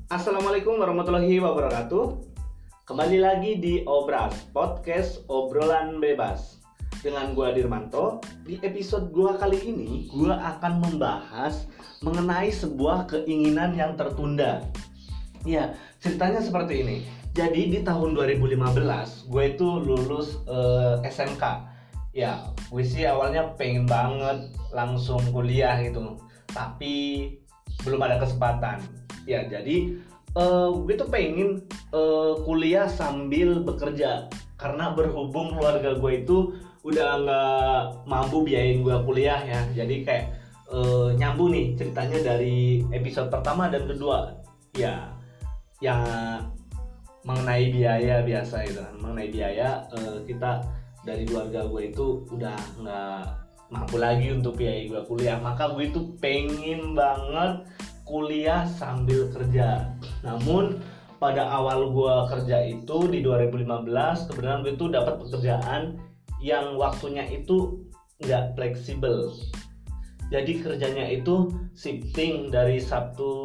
Assalamualaikum warahmatullahi wabarakatuh. Kembali lagi di Obras, podcast obrolan bebas. Dengan gua Dirmanto. Di episode gua kali ini, gua akan membahas mengenai sebuah keinginan yang tertunda. Ya, ceritanya seperti ini. Jadi di tahun 2015, gue itu lulus SMK. Ya, gue sih awalnya pengen banget langsung kuliah gitu, tapi belum ada kesempatan. Ya, jadi gue tuh pengen kuliah sambil bekerja, karena berhubung keluarga gue itu udah nggak mampu biayain gue kuliah ya. Jadi kayak nyambung nih ceritanya dari episode pertama dan kedua ya, yang mengenai biaya biasa gitu kan. Mengenai biaya, kita dari keluarga gue itu udah nggak mampu lagi untuk biayai gue kuliah, maka gue itu pengen banget kuliah sambil kerja. Namun pada awal gue kerja itu di 2015, kebetulan gue itu dapat pekerjaan yang waktunya itu nggak fleksibel. Jadi kerjanya itu shifting, dari Sabtu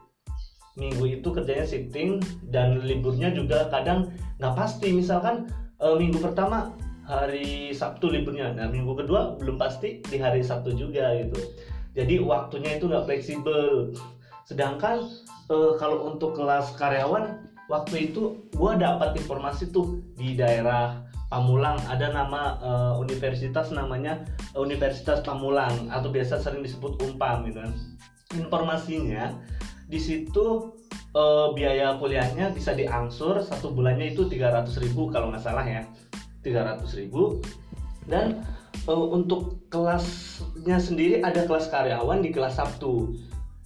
Minggu itu kerjanya shifting, dan liburnya juga kadang nggak pasti. Misalkan minggu pertama hari Sabtu liburnya, nah minggu kedua belum pasti di hari Sabtu juga gitu. Jadi waktunya itu nggak fleksibel. Sedangkan kalau untuk kelas karyawan, waktu itu gue dapat informasi tuh di daerah Pamulang ada nama universitas, namanya Universitas Pamulang atau biasa sering disebut Unpam gitu kan. Informasinya di situ biaya kuliahnya bisa diangsur, satu bulannya itu 300.000 kalau nggak salah ya, 300.000. Dan untuk kelasnya sendiri ada kelas karyawan di kelas Sabtu.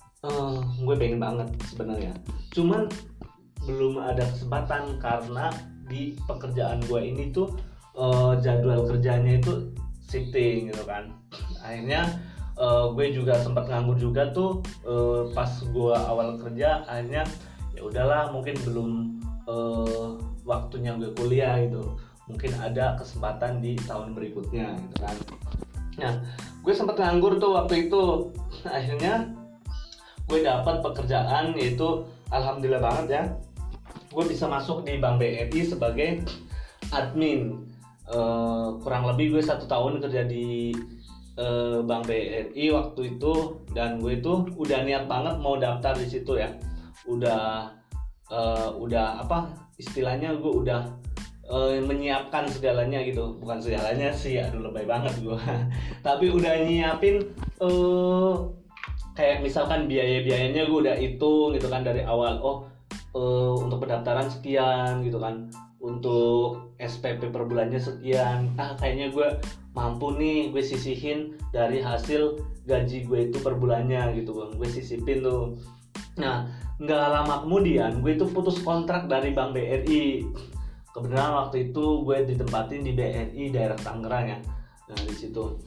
Gue pengen banget sebenarnya, cuman belum ada kesempatan karena di pekerjaan gue ini tuh jadwal kerjanya itu shifting gitu kan. Akhirnya gue juga sempat nganggur juga tuh pas gue awal kerja. Akhirnya ya udahlah, mungkin belum waktunya gue kuliah gitu, mungkin ada kesempatan di tahun berikutnya gitu kan. Nah, gue sempat nganggur tuh waktu itu. Akhirnya gue dapat pekerjaan, yaitu alhamdulillah banget ya, gue bisa masuk di Bank BRI sebagai admin. Kurang lebih gue 1 tahun kerja di Bank BRI waktu itu, dan gue itu udah niat banget mau daftar di situ ya. Udah apa istilahnya, gue udah menyiapkan segalanya gitu. Bukan segalanya sih, aduh lebay banget gue tapi udah nyiapin kayak misalkan biaya-biayanya gue udah hitung gitu kan dari awal. Untuk pendaftaran sekian gitu kan, untuk SPP per bulannya sekian, kayaknya gue mampu nih, gue sisihin dari hasil gaji gue itu per bulannya gitu bang, gue sisipin tuh. Nah, nggak lama kemudian gue itu putus kontrak dari Bank BRI. Kebetulan waktu itu gue ditempatin di BRI daerah Tangerang ya. Nah di situ,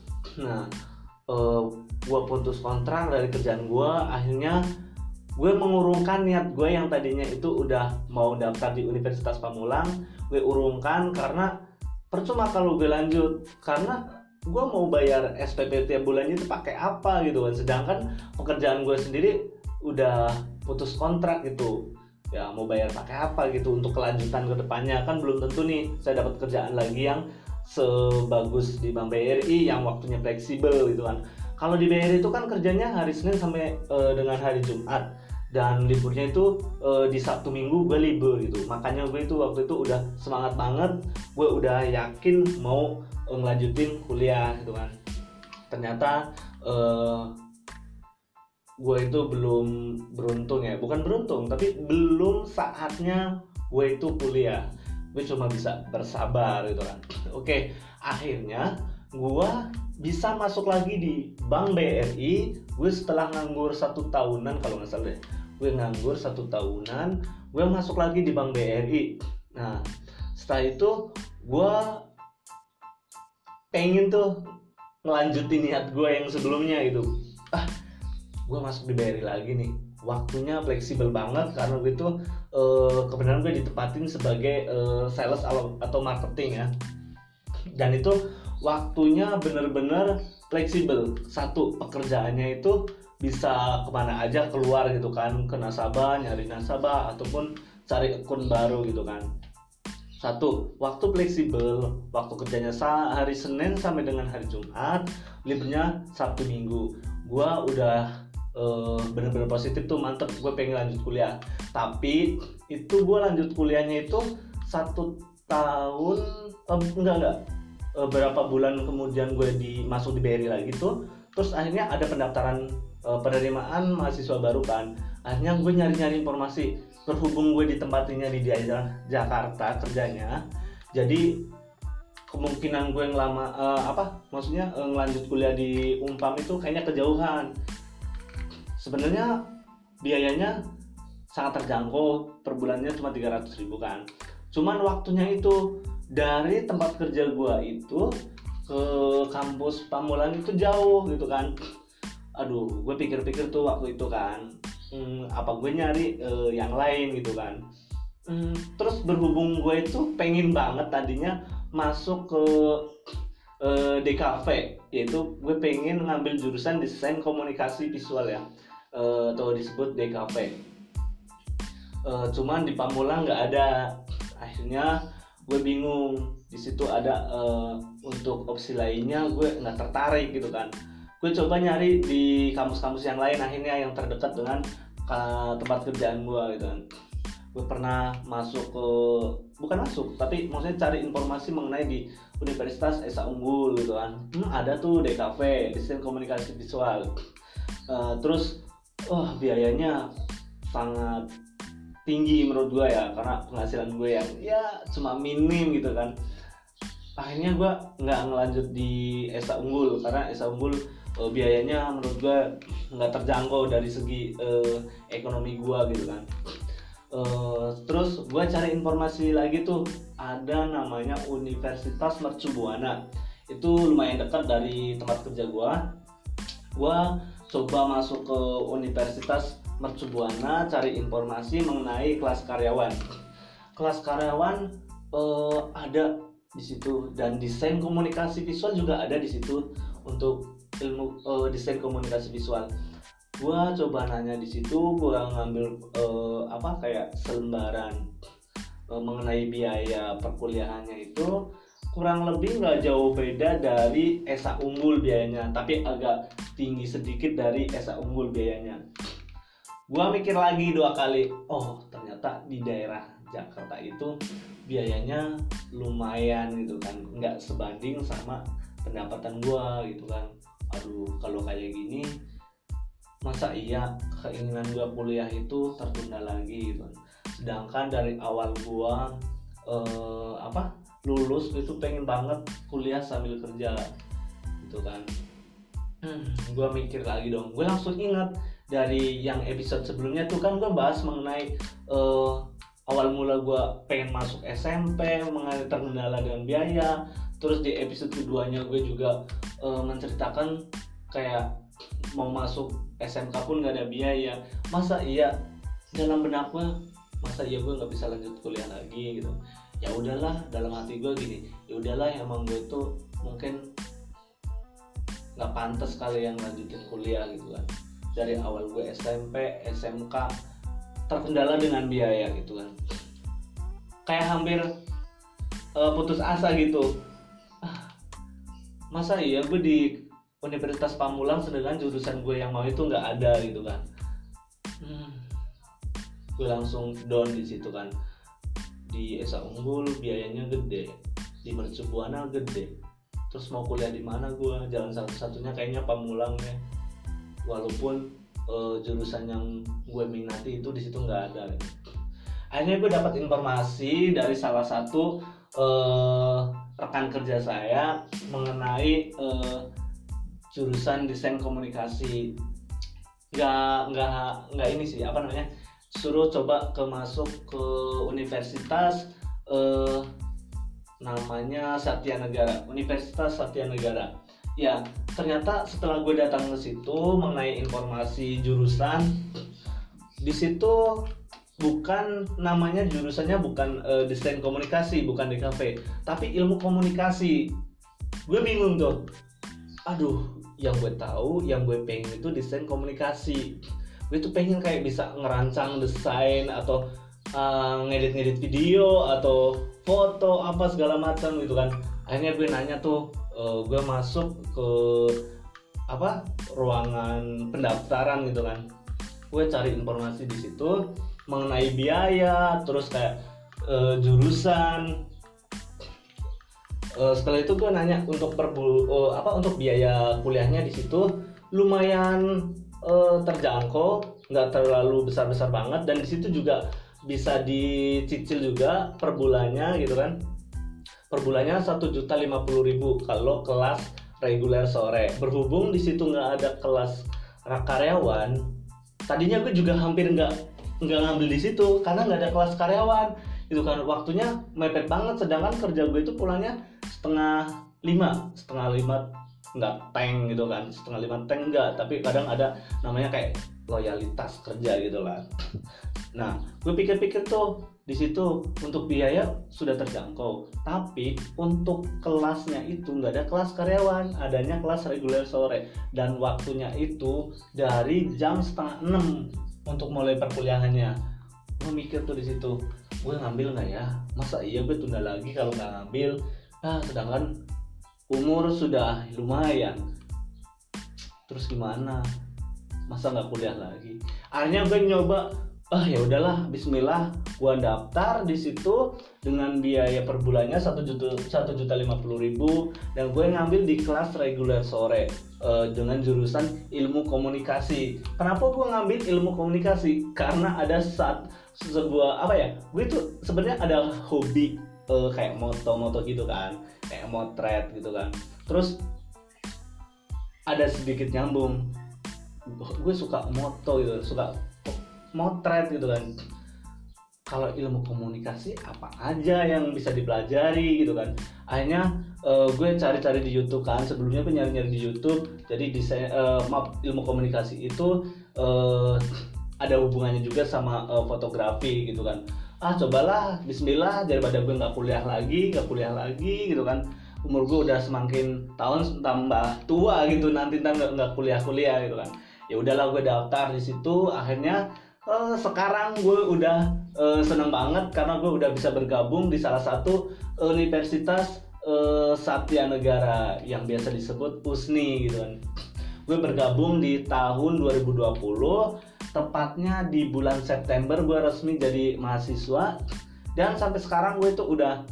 gue putus kontrak dari kerjaan gue. Akhirnya gue mengurungkan niat gue yang tadinya itu udah mau daftar di Universitas Pamulang. Gue urungkan karena percuma kalau gue lanjut, karena gue mau bayar SPP tiap bulannya itu pakai apa gitu kan. Sedangkan pekerjaan gue sendiri udah putus kontrak gitu ya, mau bayar pakai apa gitu untuk kelanjutan ke depannya. Kan belum tentu nih saya dapat kerjaan lagi yang sebagus di Bank BRI yang waktunya fleksibel gitu kan. Kalau di BRI itu kan kerjanya hari Senin sampai dengan hari Jumat, dan liburnya itu di Sabtu Minggu gue libur gitu. Makanya gue itu waktu itu udah semangat banget, gue udah yakin mau ngelanjutin kuliah gitu kan. Ternyata gue itu belum beruntung ya, bukan beruntung tapi belum saatnya gue itu kuliah. Gue cuma bisa bersabar gitu kan. Oke, akhirnya gue bisa masuk lagi di Bank BRI. Gue setelah nganggur 1 tahunan kalau nggak salah deh, gue nganggur 1 tahunan, gue masuk lagi di Bank BRI. Nah setelah itu gue pengen tuh ngelanjutin niat gue yang sebelumnya gitu. Gue masuk di BRI lagi nih, waktunya fleksibel banget karena gue tuh kebenaran gue ditempatin sebagai sales atau marketing ya. Dan itu waktunya bener-bener fleksibel. Satu, pekerjaannya itu bisa kemana aja keluar gitu kan, ke nasabah, nyari nasabah ataupun cari akun baru gitu kan. Satu, waktu fleksibel, waktu kerjanya hari Senin sampai dengan hari Jumat, liburnya Sabtu Minggu. Gua udah bener-bener positif tuh, mantep, gue pengen lanjut kuliah. Tapi itu gue lanjut kuliahnya itu 1 tahun, berapa bulan kemudian gue masuk di BRI lagi tuh. Terus akhirnya ada pendaftaran penerimaan mahasiswa baru kan. Akhirnya gue nyari-nyari informasi, berhubung gue ditempatinnya di daerah Jakarta kerjanya, jadi kemungkinan gue ngelanjut kuliah di Umpam itu kayaknya kejauhan. Sebenarnya biayanya sangat terjangkau, per bulannya cuma 300.000 kan. Cuman waktunya itu dari tempat kerja gue itu ke kampus Pamulang itu jauh gitu kan. Aduh, gue pikir-pikir tuh waktu itu kan, apa gue nyari yang lain gitu kan. Terus berhubung gue itu pengen banget tadinya masuk ke DKV, yaitu gue pengen ngambil jurusan desain komunikasi visual ya, atau disebut DKV. Cuman di Pamulang nggak ada. Akhirnya gue bingung, di situ ada untuk opsi lainnya gue nggak tertarik gitu kan. Gue coba nyari di kampus-kampus yang lain, akhirnya yang terdekat dengan tempat kerjaan gue gitu kan. Gue pernah tapi maksudnya cari informasi mengenai di Universitas Esa Unggul gitu kan. Ada tuh DKV, desain komunikasi visual. Terus biayanya sangat tinggi menurut gue ya, karena penghasilan gue yang ya cuma minim gitu kan. Akhirnya gue nggak ngelanjut di Esa Unggul, karena Esa Unggul biayanya menurut gue nggak terjangkau dari segi ekonomi gue gitu kan. Terus gue cari informasi lagi tuh, ada namanya Universitas Mercu Buana, itu lumayan dekat dari tempat kerja gue. Gue coba masuk ke Universitas Mercu Buana, cari informasi mengenai kelas karyawan. Kelas karyawan ada di situ, dan desain komunikasi visual juga ada di situ untuk ilmu desain komunikasi visual. Gua coba nanya di situ, gua ngambil kayak selembaran mengenai biaya perkuliahannya itu kurang lebih nggak jauh beda dari Esa Unggul biayanya, tapi agak tinggi sedikit dari Esa Unggul biayanya. Gua mikir lagi 2 kali, ternyata di daerah Jakarta itu biayanya lumayan gitu kan, nggak sebanding sama pendapatan gua gitu kan. Aduh, kalau kayak gini masa iya keinginan gua kuliah itu tertunda lagi gitu kan. Sedangkan dari awal gua lulus itu pengen banget kuliah sambil kerja gitu kan. Gua mikir lagi dong, gue langsung ingat dari yang episode sebelumnya tuh kan gue bahas mengenai awal mula gue pengen masuk SMP, mengenai terkendala dengan biaya. Terus di episode keduanya gue juga menceritakan kayak mau masuk SMK pun gak ada biaya. Masa iya dalam benak gue, masa iya gue nggak bisa lanjut kuliah lagi gitu. Ya udahlah, dalam hati gue gini, ya udahlah, emang gue tuh mungkin nggak pantas kali yang lanjutin kuliah gitu kan. Dari awal gue SMP, SMK terkendala dengan biaya gitu kan, kayak hampir putus asa gitu. Masa iya gue di Universitas Pamulang sedangkan jurusan gue yang mau itu nggak ada gitu kan. Gue langsung down di situ kan. Di Esa Unggul biayanya gede, di Mercu Buana gede. Terus mau kuliah di mana gue? Jalan satu-satunya kayaknya Pamulang ya. Walaupun jurusan yang gue minati itu di situ nggak ada. Akhirnya gue dapat informasi dari salah satu rekan kerja saya mengenai jurusan desain komunikasi. Nggak ini sih, suruh coba masuk ke universitas namanya Satya Negara, Universitas Satya Negara. Ya, ternyata setelah gue datang ke situ mengenai informasi jurusan, di situ bukan namanya jurusannya bukan desain komunikasi, bukan DKV, tapi ilmu komunikasi. Gue bingung tuh. aduh, yang gue tahu, yang gue pengen itu desain komunikasi. Gue tuh pengen kayak bisa ngerancang desain atau ngedit video atau foto apa segala macam gitu kan. Akhirnya gue nanya tuh, gue masuk ke ruangan pendaftaran gitu kan. Gue cari informasi di situ mengenai biaya, terus kayak jurusan. Setelah itu gue nanya untuk untuk biaya kuliahnya di situ lumayan terjangkau, nggak terlalu besar banget, dan di situ juga bisa dicicil juga per bulannya gitu kan. Per bulannya 1.050.000 kalau kelas reguler sore. Berhubung di situ nggak ada kelas karyawan, tadinya gue juga hampir nggak ngambil di situ karena nggak ada kelas karyawan. Itu kan waktunya mepet banget, sedangkan kerja gue itu pulangnya setengah lima nggak tank gitu kan, setengah lima tank enggak, tapi kadang ada namanya kayak loyalitas kerja gitu lah. Nah, gue pikir-pikir tuh di situ untuk biaya sudah terjangkau, tapi untuk kelasnya itu nggak ada kelas karyawan, adanya kelas reguler sore, dan waktunya itu dari jam 5:30 untuk mulai perkuliahannya. Gue mikir tuh di situ, gue ngambil nggak ya? Masa iya gue tunda lagi kalau nggak ngambil? Sedangkan umur sudah lumayan, terus gimana? Masa nggak kuliah lagi? Akhirnya gue nyoba, ya udahlah, Bismillah, gue daftar di situ dengan biaya per bulannya 1.050.000 dan gue ngambil di kelas reguler sore dengan jurusan ilmu komunikasi. Kenapa gue ngambil ilmu komunikasi? Karena ada sebuah gue tuh sebenarnya ada hobi kayak moto gitu kan, kayak motret gitu kan. Terus ada sedikit nyambung, gue suka moto gitu, suka motret gitu kan. Kalau ilmu komunikasi apa aja yang bisa dipelajari gitu kan. Akhirnya gue cari-cari di YouTube kan. Sebelumnya gue nyari-nyari di YouTube. Jadi ilmu komunikasi itu ada hubungannya juga sama fotografi gitu kan. Cobalah, Bismillah, daripada gue nggak kuliah lagi gitu kan. Umur gue udah semakin tahun tambah tua gitu, nanti nggak kuliah gitu kan. Ya udahlah, gue daftar di situ. Akhirnya sekarang gue udah seneng banget karena gue udah bisa bergabung di salah satu Universitas Satya Negara yang biasa disebut USNI gitu kan. Gue bergabung di tahun 2020, tepatnya di bulan September gue resmi jadi mahasiswa, dan sampai sekarang gue itu udah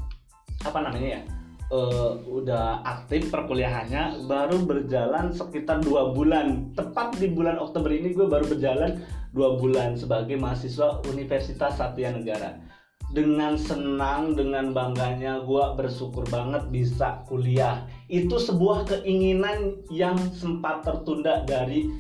udah aktif perkuliahannya baru berjalan sekitar 2 bulan. Tepat di bulan Oktober ini gue baru berjalan 2 bulan sebagai mahasiswa Universitas Satya Negara. Dengan senang, dengan bangganya gue bersyukur banget bisa kuliah. Itu sebuah keinginan yang sempat tertunda dari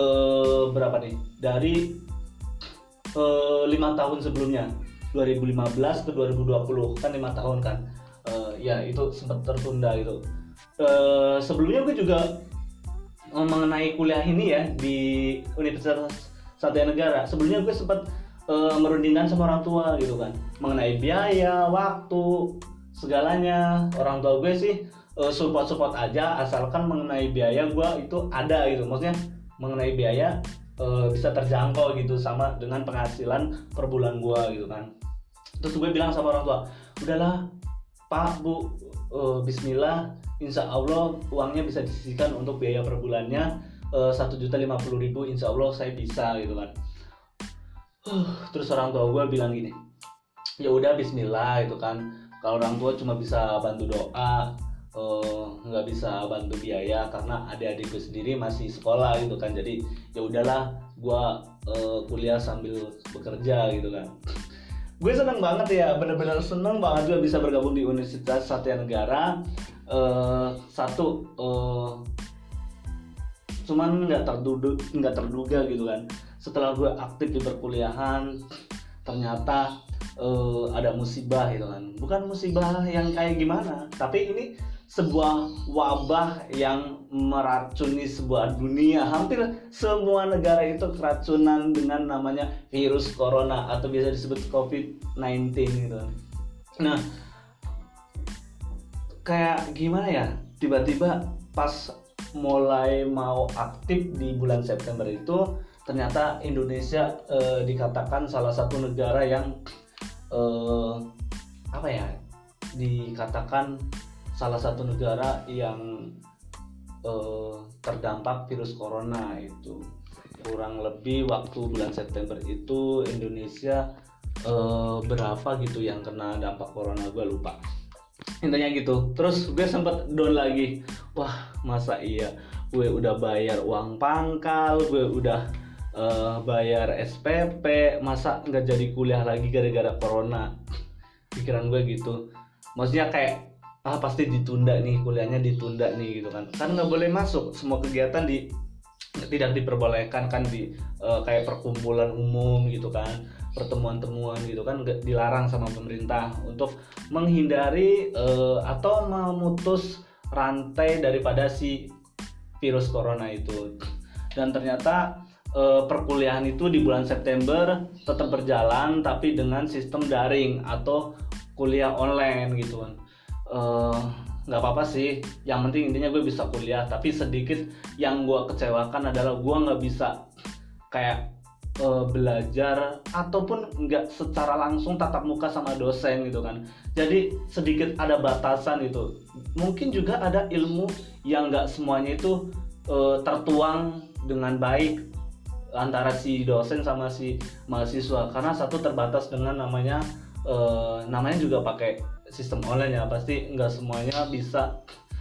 dari 5 tahun sebelumnya, 2015 ke 2020 kan 5 tahun kan. Ya itu sempat tertunda gitu. Sebelumnya gue juga mengenai kuliah ini ya di Universitas Satya Negara. Sebelumnya gue sempat merundingkan sama orang tua gitu kan, mengenai biaya, waktu, segalanya. Orang tua gue sih support aja, asalkan mengenai biaya gue itu ada gitu. Maksudnya mengenai biaya bisa terjangkau gitu sama dengan penghasilan per bulan gue gitu kan. Terus gue bilang sama orang tua, udahlah Pak, Bu, Bismillah, insya Allah uangnya bisa disisihkan untuk biaya per bulannya 1.050.000, insya Allah saya bisa gitu kan. Terus orang tua gue bilang gini, ya udah Bismillah itu kan. Kalau orang tua cuma bisa bantu doa, nggak bisa bantu biaya karena adik-adik gue sendiri masih sekolah gitu kan. Jadi ya udahlah, gue kuliah sambil bekerja gitu kan. Gue seneng banget ya, bener-bener seneng banget gue bisa bergabung di Universitas Satya Negara. Cuman nggak terduga gitu kan. Setelah gue aktif di perkuliahan, ternyata ada musibah gitu kan. Bukan musibah yang kayak gimana, tapi ini sebuah wabah yang meracuni sebuah dunia. Hampir semua negara itu keracunan dengan namanya virus corona atau biasa disebut COVID-19 gitu. Nah, kayak gimana ya, tiba-tiba pas mulai mau aktif di bulan September itu ternyata Indonesia dikatakan salah satu negara yang dikatakan salah satu negara yang terdampak virus corona. Itu kurang lebih waktu bulan September itu Indonesia berapa gitu yang kena dampak corona, gue lupa intinya gitu. Terus gue sempet down lagi, wah masa iya gue udah bayar uang pangkal, gue udah bayar SPP, masa nggak jadi kuliah lagi gara-gara corona. Pikiran gue gitu, maksudnya kayak pasti ditunda nih, kuliahnya ditunda nih gitu kan nggak boleh masuk, semua kegiatan tidak diperbolehkan kan, di kayak perkumpulan umum gitu kan, pertemuan-temuan gitu kan dilarang sama pemerintah untuk menghindari atau memutus rantai daripada si virus corona itu. Dan ternyata perkuliahan itu di bulan September tetap berjalan tapi dengan sistem daring atau kuliah online gitu kan. Nggak apa-apa sih, yang penting intinya gue bisa kuliah. Tapi sedikit yang gue kecewakan adalah gue nggak bisa kayak belajar ataupun nggak secara langsung tatap muka sama dosen gitu kan. Jadi sedikit ada batasan itu. Mungkin juga ada ilmu yang nggak semuanya itu tertuang dengan baik antara si dosen sama si mahasiswa, karena satu terbatas dengan namanya juga pakai sistem online ya, pasti nggak semuanya bisa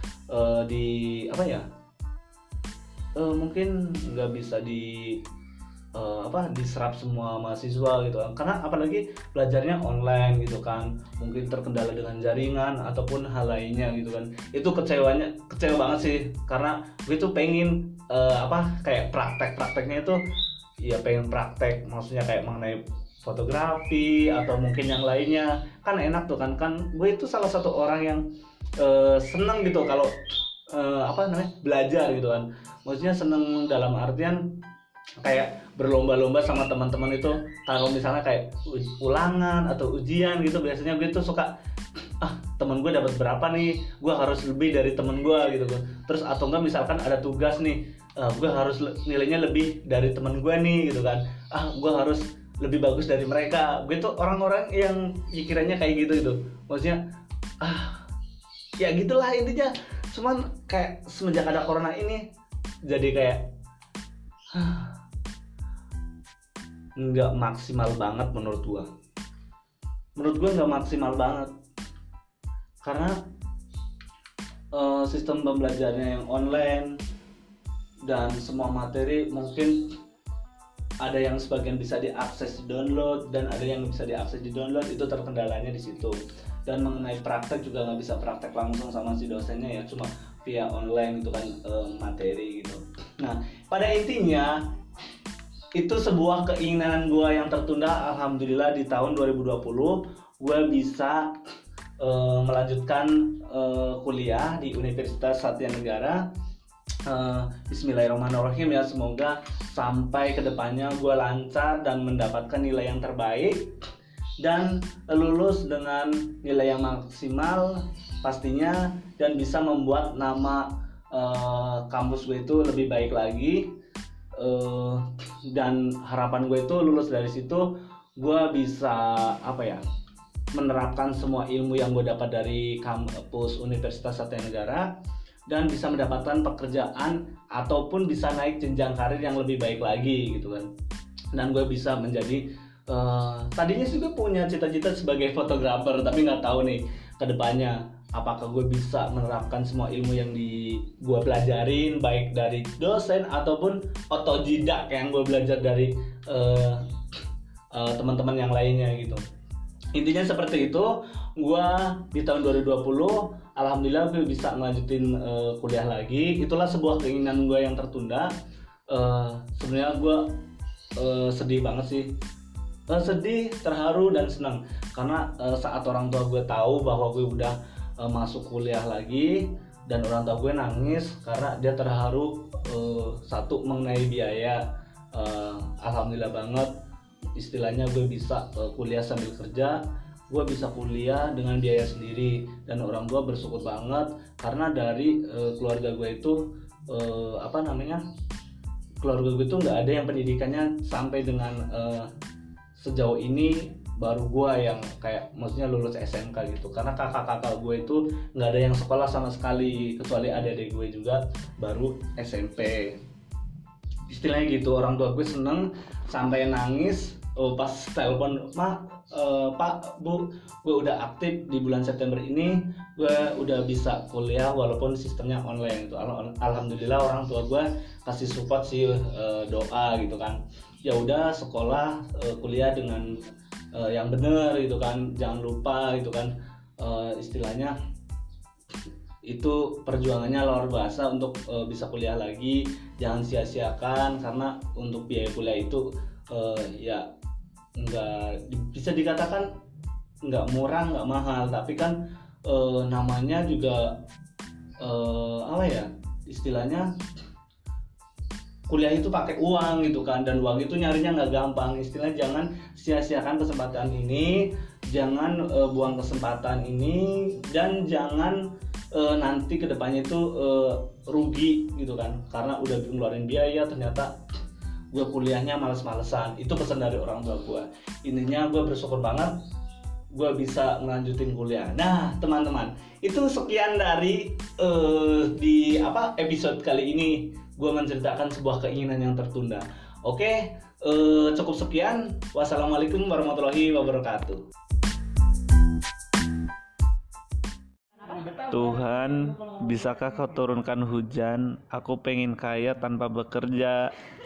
mungkin nggak bisa diserap semua mahasiswa gitu kan, karena apalagi belajarnya online gitu kan, mungkin terkendala dengan jaringan ataupun hal lainnya gitu kan. Itu kecewa banget sih, karena gue tuh pengen kayak prakteknya itu ya, pengen praktek maksudnya kayak mengenai fotografi atau mungkin yang lainnya kan enak tuh kan gue itu salah satu orang yang seneng gitu kalau belajar gitu kan, maksudnya seneng dalam artian kayak berlomba-lomba sama teman-teman itu. Kalau misalnya kayak ulangan atau ujian gitu, biasanya gue tuh suka temen gue dapat berapa nih, gue harus lebih dari temen gue gitu kan. Terus atau enggak misalkan ada tugas nih, gue harus nilainya lebih dari temen gue nih gitu kan, gue harus lebih bagus dari mereka. Gue tuh orang-orang yang pikirannya kayak gitu maksudnya ya gitulah intinya. Cuman kayak semenjak ada corona ini jadi kayak nggak maksimal banget menurut gue nggak maksimal banget, karena sistem pembelajarannya yang online dan semua materi mungkin ada yang sebagian bisa diakses di download dan ada yang bisa diakses di download, itu terkendalanya di situ. Dan mengenai praktek juga nggak bisa praktek langsung sama si dosennya ya, cuma via online itu kan materi gitu. Nah pada intinya itu sebuah keinginan gue yang tertunda. Alhamdulillah di tahun 2020 gue bisa melanjutkan kuliah di Universitas Satya Negara. Bismillahirrahmanirrahim ya, semoga sampai kedepannya gue lancar dan mendapatkan nilai yang terbaik dan lulus dengan nilai yang maksimal pastinya, dan bisa membuat nama kampus gue itu lebih baik lagi. Dan harapan gue itu lulus dari situ gue bisa menerapkan semua ilmu yang gue dapat dari kampus Universitas Satya Negara dan bisa mendapatkan pekerjaan ataupun bisa naik jenjang karir yang lebih baik lagi gitu kan. Dan gue bisa menjadi tadinya sih gue punya cita-cita sebagai fotografer, tapi nggak tahu nih kedepannya apakah gue bisa menerapkan semua ilmu yang gue pelajarin baik dari dosen ataupun otodidak yang gue belajar dari teman-teman yang lainnya gitu. Intinya seperti itu. Gue di tahun 2020 alhamdulillah gue bisa ngelanjutin kuliah lagi. Itulah sebuah keinginan gue yang tertunda. Sebenarnya gue sedih banget sih, sedih, terharu dan senang karena saat orang tua gue tahu bahwa gue udah masuk kuliah lagi, dan orang tua gue nangis karena dia terharu satu mengenai biaya. Alhamdulillah banget, istilahnya gue bisa kuliah sambil kerja, gue bisa kuliah dengan biaya sendiri, dan orang tua bersyukur banget karena dari keluarga gue itu keluarga gue tuh nggak ada yang pendidikannya sampai dengan sejauh ini. Baru gue yang kayak maksudnya lulus SMK gitu, karena kakak-kakak gue itu nggak ada yang sekolah sama sekali, kecuali adik-adik gue juga baru SMP. Istilahnya gitu, orang tua gue seneng sampai nangis pas telepon, Pak, Bu, gue udah aktif di bulan September ini, gue udah bisa kuliah walaupun sistemnya online gitu. Alhamdulillah orang tua gue kasih support sih, doa gitu kan. Ya udah sekolah, kuliah dengan yang bener gitu kan, jangan lupa gitu kan, istilahnya itu perjuangannya luar biasa untuk bisa kuliah lagi, jangan sia-siakan, karena untuk biaya kuliah itu ya nggak bisa dikatakan nggak murah nggak mahal, tapi kan namanya juga istilahnya kuliah itu pakai uang gitu kan, dan uang itu nyarinya nggak gampang. Istilahnya jangan sia-siakan kesempatan ini, jangan buang kesempatan ini, dan jangan nanti kedepannya itu rugi gitu kan, karena udah ngeluarin biaya ternyata gue kuliahnya males-malesan. Itu pesan dari orang tua gue. Intinya gue bersyukur banget gue bisa melanjutin kuliah. Nah teman-teman, itu sekian dari episode kali ini. Gue menceritakan sebuah keinginan yang tertunda. Oke, cukup sekian. Wassalamualaikum warahmatullahi wabarakatuh. Tuhan, bisakah kau turunkan hujan? Aku pengen kaya tanpa bekerja.